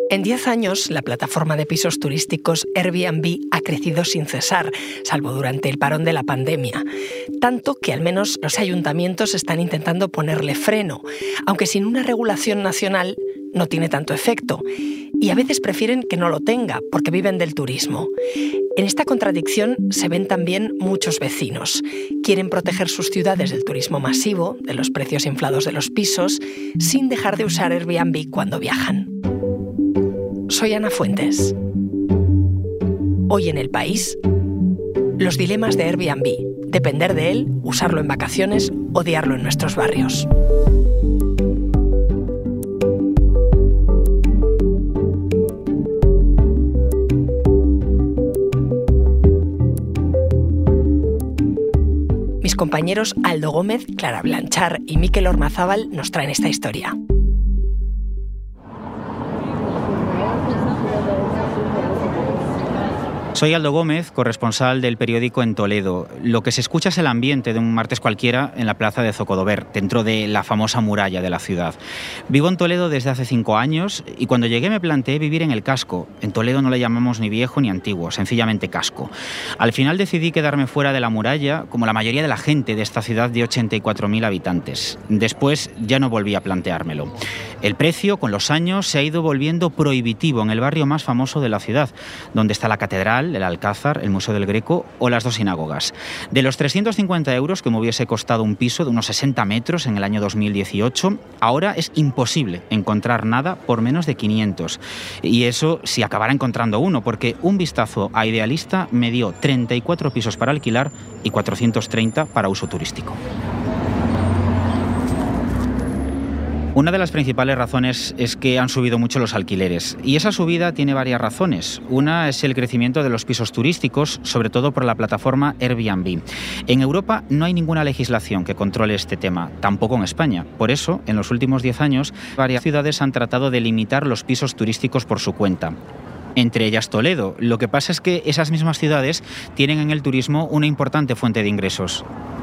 En 10 años, la plataforma de pisos turísticos Airbnb ha crecido sin cesar, salvo durante el parón de la pandemia. Tanto que al menos los ayuntamientos están intentando ponerle freno, aunque sin una regulación nacional no tiene tanto efecto. Y a veces prefieren que no lo tenga, porque viven del turismo. En esta contradicción se ven también muchos vecinos. Quieren proteger sus ciudades del turismo masivo, de los precios inflados de los pisos, sin dejar de usar Airbnb cuando viajan. Soy Ana Fuentes. Hoy en El País, los dilemas de Airbnb. Depender de él, usarlo en vacaciones, odiarlo en nuestros barrios. Mis compañeros Aldo Gómez, Clara Blanchar y Mikel Ormazábal nos traen esta historia. Soy Aldo Gómez, corresponsal del periódico en Toledo. Lo que se escucha es el ambiente de un martes cualquiera en la plaza de Zocodover, dentro de la famosa muralla de la ciudad. Vivo en Toledo desde hace 5 años y cuando llegué me planteé vivir en el casco. En Toledo no le llamamos ni viejo ni antiguo, sencillamente casco. Al final decidí quedarme fuera de la muralla, como la mayoría de la gente de esta ciudad de 84.000 habitantes. Después ya no volví a planteármelo. El precio, con los años, se ha ido volviendo prohibitivo en el barrio más famoso de la ciudad, donde está la catedral, el Alcázar, el Museo del Greco o las 2 sinagogas. De los 350 euros que me hubiese costado un piso de unos 60 metros en el año 2018, ahora es imposible encontrar nada por menos de 500. Y eso si acabara encontrando uno, porque un vistazo a Idealista me dio 34 pisos para alquilar y 430 para uso turístico. Una de las principales razones es que han subido mucho los alquileres y esa subida tiene varias razones. Una es el crecimiento de los pisos turísticos, sobre todo por la plataforma Airbnb. En Europa no hay ninguna legislación que controle este tema, tampoco en España. Por eso, en los últimos 10 años, varias ciudades han tratado de limitar los pisos turísticos por su cuenta. Entre ellas Toledo. Lo que pasa es que esas mismas ciudades tienen en el turismo una importante fuente de ingresos.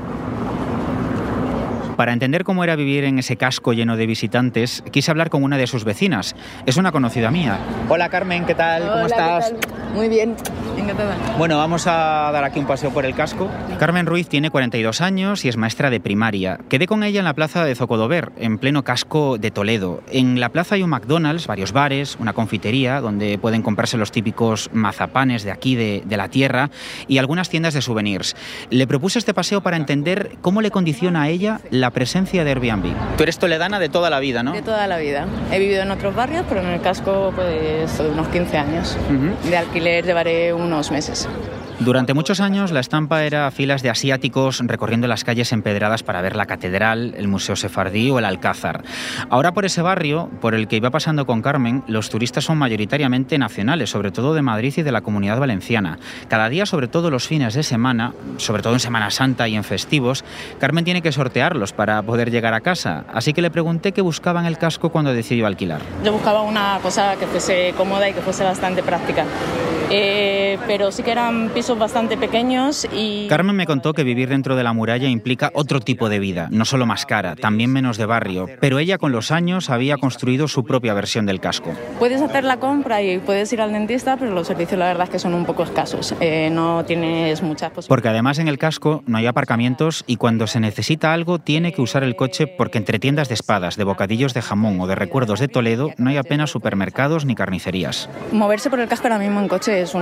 Para entender cómo era vivir en ese casco lleno de visitantes, quise hablar con una de sus vecinas. Es una conocida mía. Hola Carmen, ¿qué tal? Hola, ¿cómo estás? ¿qué tal? Muy bien, encantada. Bueno, vamos a dar aquí un paseo por el casco. Carmen Ruiz tiene 42 años y es maestra de primaria. Quedé con ella en la plaza de Zocodover, en pleno casco de Toledo. En la plaza hay un McDonald's, varios bares, una confitería donde pueden comprarse los típicos mazapanes de aquí, de la tierra, y algunas tiendas de souvenirs. Le propuse este paseo para entender cómo le condiciona a ella la presencia de Airbnb. Tú eres toledana de toda la vida, ¿no? De toda la vida. He vivido en otros barrios, pero en el casco pues de unos 15 años. De alquiler llevaré unos meses. Durante muchos años la estampa era filas de asiáticos recorriendo las calles empedradas para ver la catedral, el Museo Sefardí o el Alcázar. Ahora por ese barrio, por el que iba pasando con Carmen, los turistas son mayoritariamente nacionales, sobre todo de Madrid y de la Comunidad Valenciana. Cada día, sobre todo los fines de semana, sobre todo en Semana Santa y en festivos, Carmen tiene que sortearlos para poder llegar a casa. Así que le pregunté qué buscaba en el casco cuando decidió alquilar. Yo buscaba una cosa que fuese cómoda y que fuese bastante práctica. Pero sí que eran pisos bastante pequeños y... Carmen me contó que vivir dentro de la muralla implica otro tipo de vida, no solo más cara, también menos de barrio, pero ella con los años había construido su propia versión del casco. Puedes hacer la compra y puedes ir al dentista, pero los servicios la verdad es que son un poco escasos, no tienes muchas posibilidades. Porque además en el casco no hay aparcamientos y cuando se necesita algo tiene que usar el coche porque entre tiendas de espadas, de bocadillos de jamón o de recuerdos de Toledo no hay apenas supermercados ni carnicerías. Moverse por el casco ahora mismo en coche es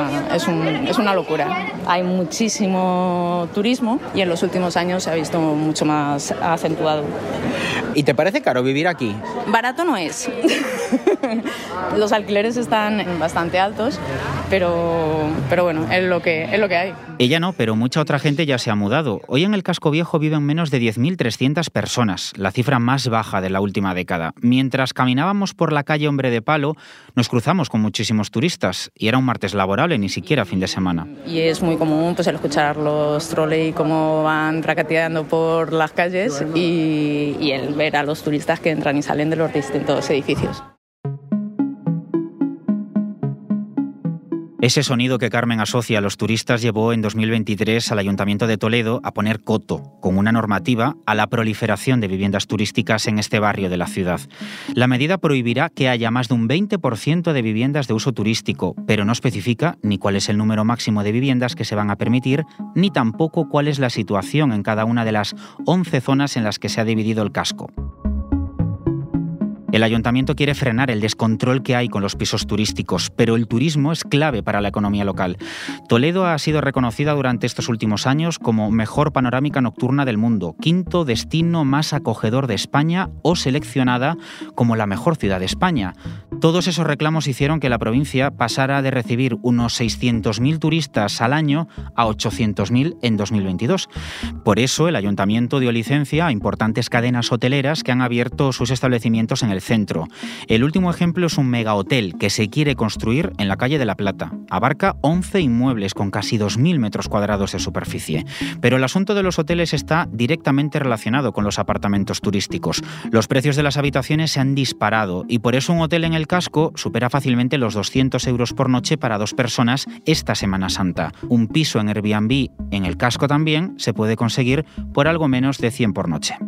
una locura. Hay muchísimo turismo y en los últimos años se ha visto mucho más acentuado. ¿Y te parece caro vivir aquí? Barato no es. Los alquileres están bastante altos, pero bueno, es lo que hay. Ella no, pero mucha otra gente ya se ha mudado. Hoy en el casco viejo viven menos de 10.300 personas, la cifra más baja de la última década. Mientras caminábamos por la calle Hombre de Palo, nos cruzamos con muchísimos turistas y era un martes laborable, ni siquiera fin de semana. Y es muy común pues, el escuchar los trolley cómo van tracateando por las calles y el ver a los turistas que entran y salen de los distintos edificios. Ese sonido que Carmen asocia a los turistas llevó en 2023 al Ayuntamiento de Toledo a poner coto, con una normativa, a la proliferación de viviendas turísticas en este barrio de la ciudad. La medida prohibirá que haya más de un 20% de viviendas de uso turístico, pero no especifica ni cuál es el número máximo de viviendas que se van a permitir, ni tampoco cuál es la situación en cada una de las 11 zonas en las que se ha dividido el casco. El Ayuntamiento quiere frenar el descontrol que hay con los pisos turísticos, pero el turismo es clave para la economía local. Toledo ha sido reconocida durante estos últimos años como mejor panorámica nocturna del mundo, 5º destino más acogedor de España o seleccionada como la mejor ciudad de España. Todos esos reclamos hicieron que la provincia pasara de recibir unos 600.000 turistas al año a 800.000 en 2022. Por eso el Ayuntamiento dio licencia a importantes cadenas hoteleras que han abierto sus establecimientos en el centro. El último ejemplo es un megahotel que se quiere construir en la calle de la Plata. Abarca 11 inmuebles con casi 2.000 metros cuadrados de superficie. Pero el asunto de los hoteles está directamente relacionado con los apartamentos turísticos. Los precios de las habitaciones se han disparado y por eso un hotel en el casco supera fácilmente los 200 euros por noche para 2 personas esta Semana Santa. Un piso en Airbnb en el casco también se puede conseguir por algo menos de 100 por noche.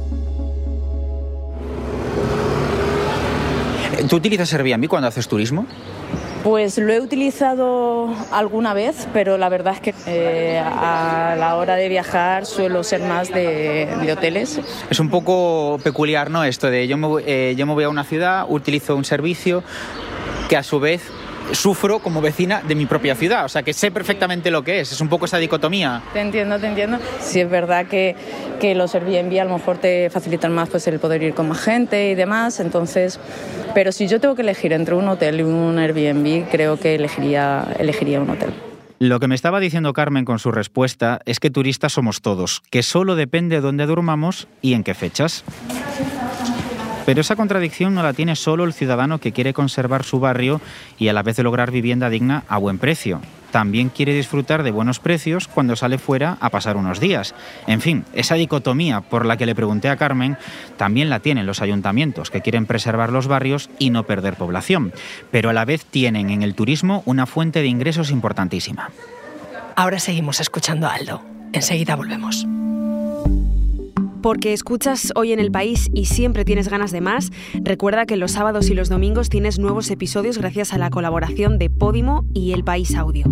¿Tú utilizas Airbnb cuando haces turismo? Pues lo he utilizado alguna vez, pero la verdad es que a la hora de viajar suelo ser más de hoteles. Es un poco peculiar, ¿no? Esto de yo me voy a una ciudad, utilizo un servicio que a su vez sufro como vecina de mi propia ciudad, o sea que sé perfectamente lo que es un poco esa dicotomía. Te entiendo. Sí, es verdad que los Airbnb a lo mejor te facilitan más pues el poder ir con más gente y demás, entonces, pero si yo tengo que elegir entre un hotel y un Airbnb, creo que elegiría un hotel. Lo que me estaba diciendo Carmen con su respuesta es que turistas somos todos, que solo depende de dónde durmamos y en qué fechas. Pero esa contradicción no la tiene solo el ciudadano que quiere conservar su barrio y a la vez lograr vivienda digna a buen precio. También quiere disfrutar de buenos precios cuando sale fuera a pasar unos días. En fin, esa dicotomía por la que le pregunté a Carmen también la tienen los ayuntamientos, que quieren preservar los barrios y no perder población. Pero a la vez tienen en el turismo una fuente de ingresos importantísima. Ahora seguimos escuchando a Aldo. Enseguida volvemos. Porque escuchas Hoy en el País y siempre tienes ganas de más, recuerda que los sábados y los domingos tienes nuevos episodios gracias a la colaboración de Podimo y El País Audio.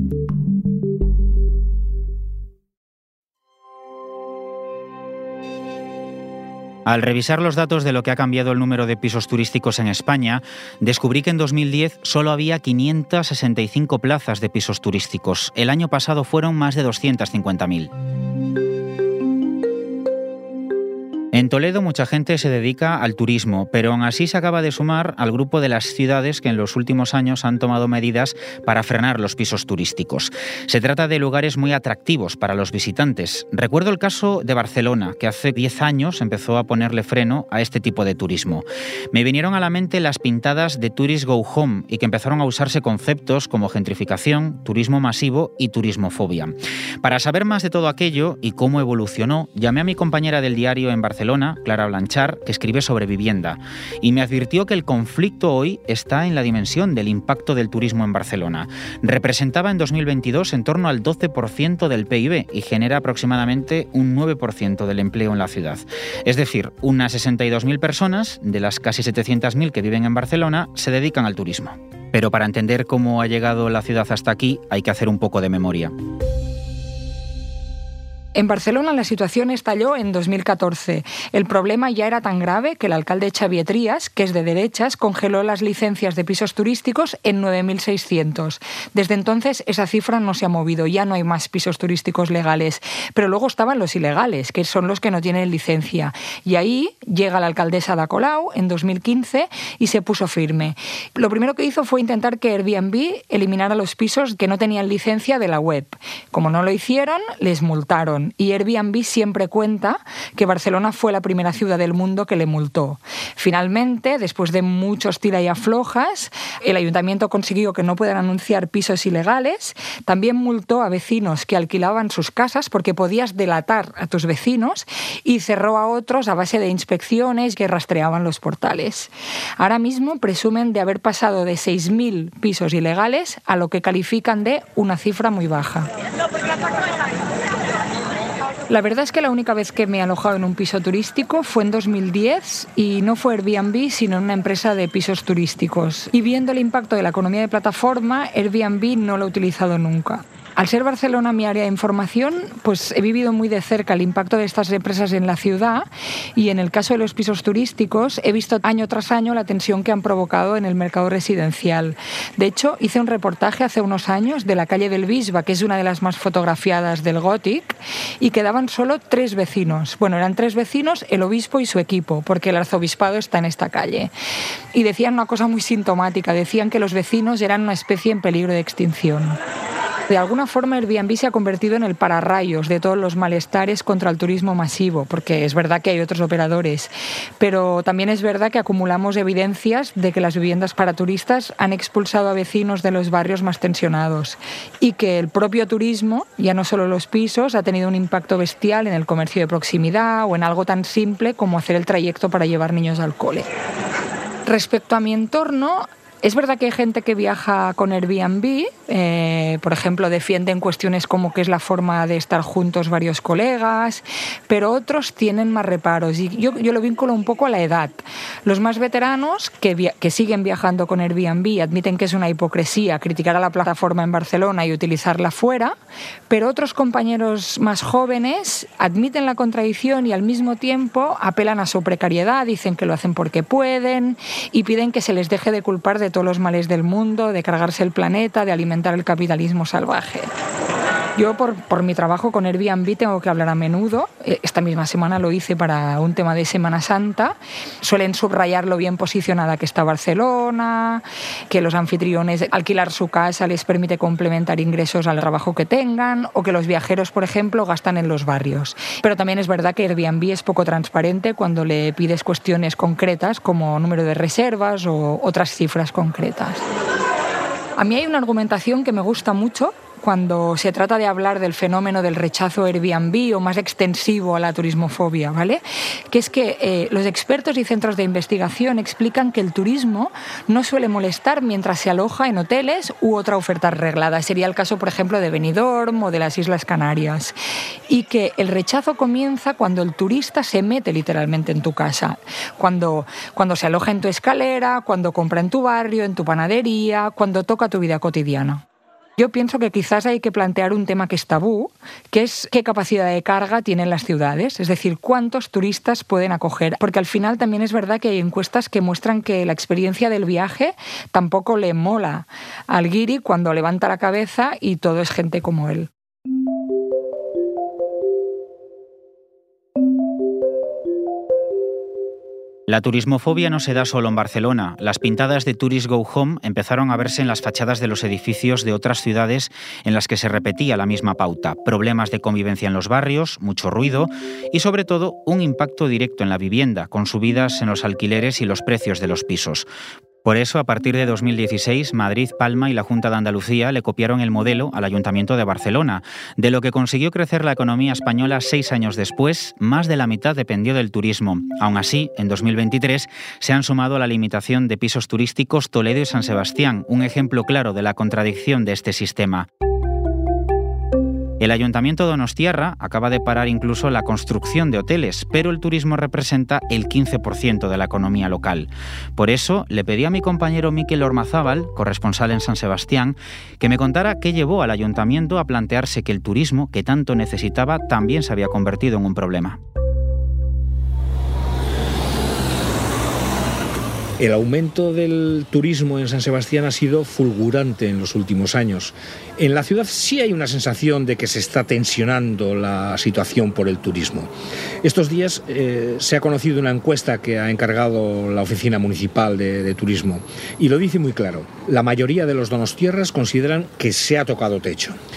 Al revisar los datos de lo que ha cambiado el número de pisos turísticos en España, descubrí que en 2010 solo había 565 plazas de pisos turísticos. El año pasado fueron más de 250.000. En Toledo mucha gente se dedica al turismo, pero aún así se acaba de sumar al grupo de las ciudades que en los últimos años han tomado medidas para frenar los pisos turísticos. Se trata de lugares muy atractivos para los visitantes. Recuerdo el caso de Barcelona, que hace 10 años empezó a ponerle freno a este tipo de turismo. Me vinieron a la mente las pintadas de Tourist Go Home y que empezaron a usarse conceptos como gentrificación, turismo masivo y turismofobia. Para saber más de todo aquello y cómo evolucionó, llamé a mi compañera del diario en Barcelona, Clara Blanchard, que escribe sobre vivienda, y me advirtió que el conflicto hoy está en la dimensión del impacto del turismo en Barcelona. Representaba en 2022 en torno al 12% del PIB y genera aproximadamente un 9% del empleo en la ciudad. Es decir, unas 62.000 personas, de las casi 700.000 que viven en Barcelona, se dedican al turismo. Pero para entender cómo ha llegado la ciudad hasta aquí, hay que hacer un poco de memoria. En Barcelona la situación estalló en 2014. El problema ya era tan grave que el alcalde Xavier Trias, que es de derechas, congeló las licencias de pisos turísticos en 9.600. Desde entonces esa cifra no se ha movido, ya no hay más pisos turísticos legales. Pero luego estaban los ilegales, que son los que no tienen licencia. Y ahí llega la alcaldesa Ada Colau en 2015 y se puso firme. Lo primero que hizo fue intentar que Airbnb eliminara los pisos que no tenían licencia de la web. Como no lo hicieron, les multaron. multen. Y Airbnb siempre cuenta que Barcelona fue la primera ciudad del mundo que le multó. Finalmente, después de muchos tira y aflojas, el ayuntamiento consiguió que no puedan anunciar pisos ilegales. También multó a vecinos que alquilaban sus casas porque podías delatar a tus vecinos, y cerró a otros a base de inspecciones que rastreaban los portales. Ahora mismo presumen de haber pasado de 6.000 pisos ilegales a lo que califican de una cifra muy baja. La verdad es que la única vez que me he alojado en un piso turístico fue en 2010 y no fue Airbnb, sino en una empresa de pisos turísticos. Y viendo el impacto de la economía de plataforma, Airbnb no lo he utilizado nunca. Al ser Barcelona mi área de información, pues he vivido muy de cerca el impacto de estas empresas en la ciudad, y en el caso de los pisos turísticos he visto año tras año la tensión que han provocado en el mercado residencial. De hecho, hice un reportaje hace unos años de la calle del Bisbe, que es una de las más fotografiadas del Gòtic, y quedaban solo 3 vecinos. Bueno, eran 3 vecinos, el obispo y su equipo, porque el arzobispado está en esta calle. Y decían una cosa muy sintomática, decían que los vecinos eran una especie en peligro de extinción. De alguna forma, Airbnb se ha convertido en el pararrayos de todos los malestares contra el turismo masivo, porque es verdad que hay otros operadores, pero también es verdad que acumulamos evidencias de que las viviendas para turistas han expulsado a vecinos de los barrios más tensionados, y que el propio turismo, ya no solo los pisos, ha tenido un impacto bestial en el comercio de proximidad o en algo tan simple como hacer el trayecto para llevar niños al cole. Respecto a mi entorno, es verdad que hay gente que viaja con Airbnb, por ejemplo, defienden cuestiones como que es la forma de estar juntos varios colegas, pero otros tienen más reparos, y yo lo vinculo un poco a la edad. Los más veteranos que siguen viajando con Airbnb admiten que es una hipocresía criticar a la plataforma en Barcelona y utilizarla fuera, pero otros compañeros más jóvenes admiten la contradicción y al mismo tiempo apelan a su precariedad, dicen que lo hacen porque pueden y piden que se les deje de culpar de todos los males del mundo, de cargarse el planeta, de alimentar el capitalismo salvaje. Yo, por mi trabajo con Airbnb, tengo que hablar a menudo. Esta misma semana lo hice para un tema de Semana Santa. Suelen subrayar lo bien posicionada que está Barcelona, que los anfitriones alquilar su casa les permite complementar ingresos al trabajo que tengan, o que los viajeros, por ejemplo, gastan en los barrios. Pero también es verdad que Airbnb es poco transparente cuando le pides cuestiones concretas como número de reservas o otras cifras concretas. A mí hay una argumentación que me gusta mucho cuando se trata de hablar del fenómeno del rechazo Airbnb, o más extensivo a la turismofobia, ¿vale? Que es que los expertos y centros de investigación explican que el turismo no suele molestar mientras se aloja en hoteles u otra oferta reglada. Sería el caso, por ejemplo, de Benidorm o de las Islas Canarias. Y que el rechazo comienza cuando el turista se mete literalmente en tu casa. Cuando se aloja en tu escalera, cuando compra en tu barrio, en tu panadería, cuando toca tu vida cotidiana. Yo pienso que quizás hay que plantear un tema que es tabú, que es qué capacidad de carga tienen las ciudades, es decir, cuántos turistas pueden acoger, porque al final también es verdad que hay encuestas que muestran que la experiencia del viaje tampoco le mola al guiri cuando levanta la cabeza y todo es gente como él. La turismofobia no se da solo en Barcelona. Las pintadas de Tourists Go Home empezaron a verse en las fachadas de los edificios de otras ciudades en las que se repetía la misma pauta. Problemas de convivencia en los barrios, mucho ruido y, sobre todo, un impacto directo en la vivienda, con subidas en los alquileres y los precios de los pisos. Por eso, a partir de 2016, Madrid, Palma y la Junta de Andalucía le copiaron el modelo al Ayuntamiento de Barcelona. De lo que consiguió crecer la economía española 6 años después, más de la mitad dependió del turismo. Aún así, en 2023 se han sumado a la limitación de pisos turísticos Toledo y San Sebastián, un ejemplo claro de la contradicción de este sistema. El Ayuntamiento donostiarra acaba de parar incluso la construcción de hoteles, pero el turismo representa el 15% de la economía local. Por eso le pedí a mi compañero Mikel Ormazábal, corresponsal en San Sebastián, que me contara qué llevó al Ayuntamiento a plantearse que el turismo, que tanto necesitaba, también se había convertido en un problema. El aumento del turismo en San Sebastián ha sido fulgurante en los últimos años. En la ciudad sí hay una sensación de que se está tensionando la situación por el turismo. Estos días se ha conocido una encuesta que ha encargado la Oficina Municipal de Turismo y lo dice muy claro. La mayoría de los donostiarras consideran que se ha tocado techo.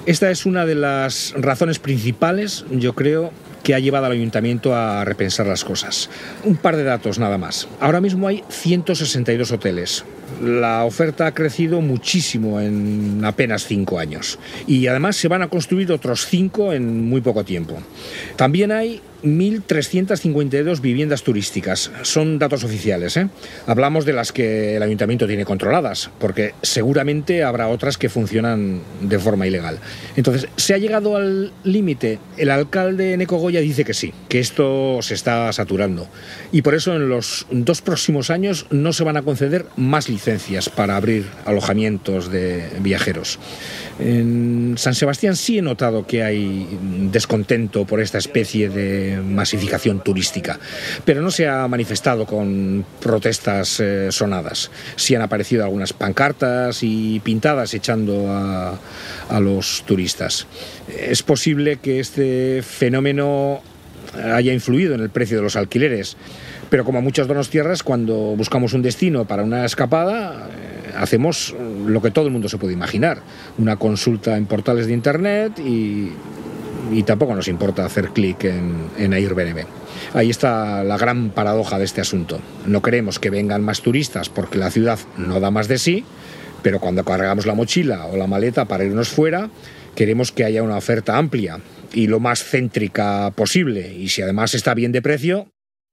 Esta es una de las razones principales, yo creo, que ha llevado al ayuntamiento a repensar las cosas. Un par de datos nada más. Ahora mismo hay 162 hoteles. La oferta ha crecido muchísimo en apenas 5 años. Y además se van a construir otros 5 en muy poco tiempo. También hay 1.352 viviendas turísticas. Son datos oficiales, ¿eh? Hablamos de las que el ayuntamiento tiene controladas, porque seguramente habrá otras que funcionan de forma ilegal. Entonces, ¿se ha llegado al límite? El alcalde Eneko Goya dice que sí, que esto se está saturando. Y por eso en los 2 próximos años no se van a conceder más licencias para abrir alojamientos de viajeros. En San Sebastián sí he notado que hay descontento por esta especie de masificación turística, pero no se ha manifestado con protestas sonadas. Sí han aparecido algunas pancartas y pintadas echando a los turistas. Es posible que este fenómeno haya influido en el precio de los alquileres, pero como muchas donostiarras, cuando buscamos un destino para una escapada, hacemos lo que todo el mundo se puede imaginar, una consulta en portales de internet y tampoco nos importa hacer clic en Airbnb. Ahí está la gran paradoja de este asunto. No queremos que vengan más turistas porque la ciudad no da más de sí, pero cuando cargamos la mochila o la maleta para irnos fuera, queremos que haya una oferta amplia y lo más céntrica posible. Y si además está bien de precio...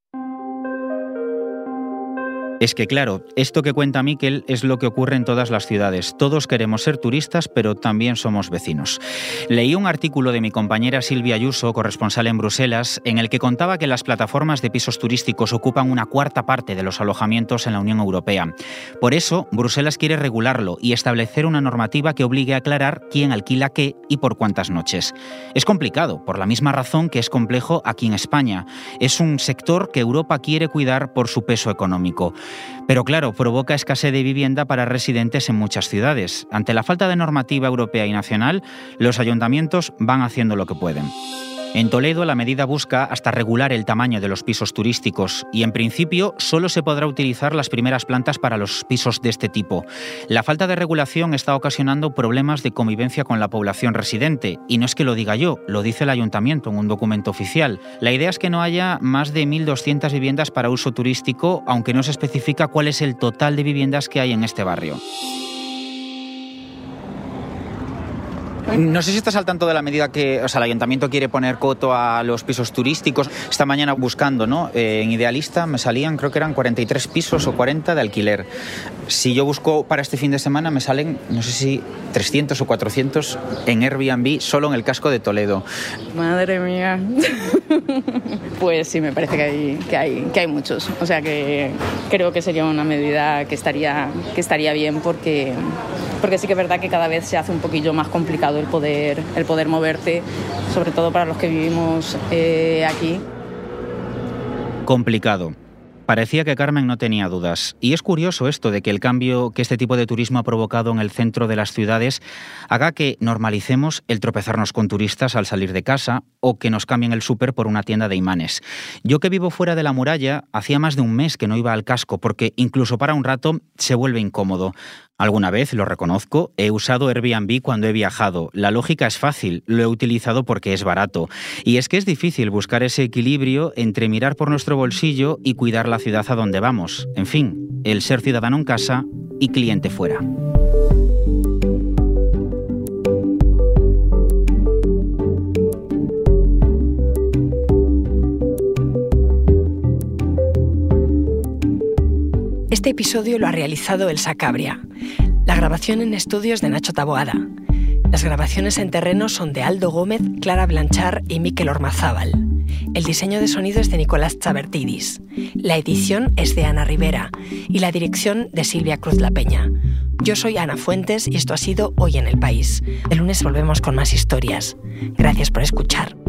Es que claro, esto que cuenta Miquel es lo que ocurre en todas las ciudades. Todos queremos ser turistas, pero también somos vecinos. Leí un artículo de mi compañera Silvia Ayuso, corresponsal en Bruselas, en el que contaba que las plataformas de pisos turísticos ocupan una cuarta parte de los alojamientos en la Unión Europea. Por eso, Bruselas quiere regularlo y establecer una normativa que obligue a aclarar quién alquila qué y por cuántas noches. Es complicado, por la misma razón que es complejo aquí en España. Es un sector que Europa quiere cuidar por su peso económico. Pero claro, provoca escasez de vivienda para residentes en muchas ciudades. Ante la falta de normativa europea y nacional, los ayuntamientos van haciendo lo que pueden. En Toledo, la medida busca hasta regular el tamaño de los pisos turísticos y, en principio, solo se podrá utilizar las primeras plantas para los pisos de este tipo. La falta de regulación está ocasionando problemas de convivencia con la población residente. Y no es que lo diga yo, lo dice el ayuntamiento en un documento oficial. La idea es que no haya más de 1.200 viviendas para uso turístico, aunque no se especifica cuál es el total de viviendas que hay en este barrio. No sé si estás al tanto de la medida que el ayuntamiento quiere poner coto a los pisos turísticos. Esta mañana buscando, ¿no? En Idealista me salían, creo que eran 43 pisos o 40 de alquiler. Si yo busco para este fin de semana me salen, no sé si 300 o 400 en Airbnb solo en el casco de Toledo. Madre mía. Pues sí, me parece que hay muchos. O sea que creo que sería una medida que estaría bien porque sí que es verdad que cada vez se hace un poquillo más complicado el poder moverte, sobre todo para los que vivimos aquí. Complicado. Parecía que Carmen no tenía dudas. Y es curioso esto de que el cambio que este tipo de turismo ha provocado en el centro de las ciudades haga que normalicemos el tropezarnos con turistas al salir de casa o que nos cambien el súper por una tienda de imanes. Yo que vivo fuera de la muralla, hacía más de un mes que no iba al casco porque incluso para un rato se vuelve incómodo. Alguna vez, lo reconozco, he usado Airbnb cuando he viajado. La lógica es fácil, lo he utilizado porque es barato. Y es que es difícil buscar ese equilibrio entre mirar por nuestro bolsillo y cuidar la ciudad a donde vamos. En fin, el ser ciudadano en casa y cliente fuera. Este episodio lo ha realizado Elsa Cabria. La grabación en estudios de Nacho Taboada. Las grabaciones en terreno son de Aldo Gómez, Clara Blanchard y Miquel Ormazábal. El diseño de sonido es de Nicolás Chabertidis. La edición es de Ana Rivera y la dirección de Silvia Cruz La Peña. Yo soy Ana Fuentes y esto ha sido Hoy en el País. El lunes volvemos con más historias. Gracias por escuchar.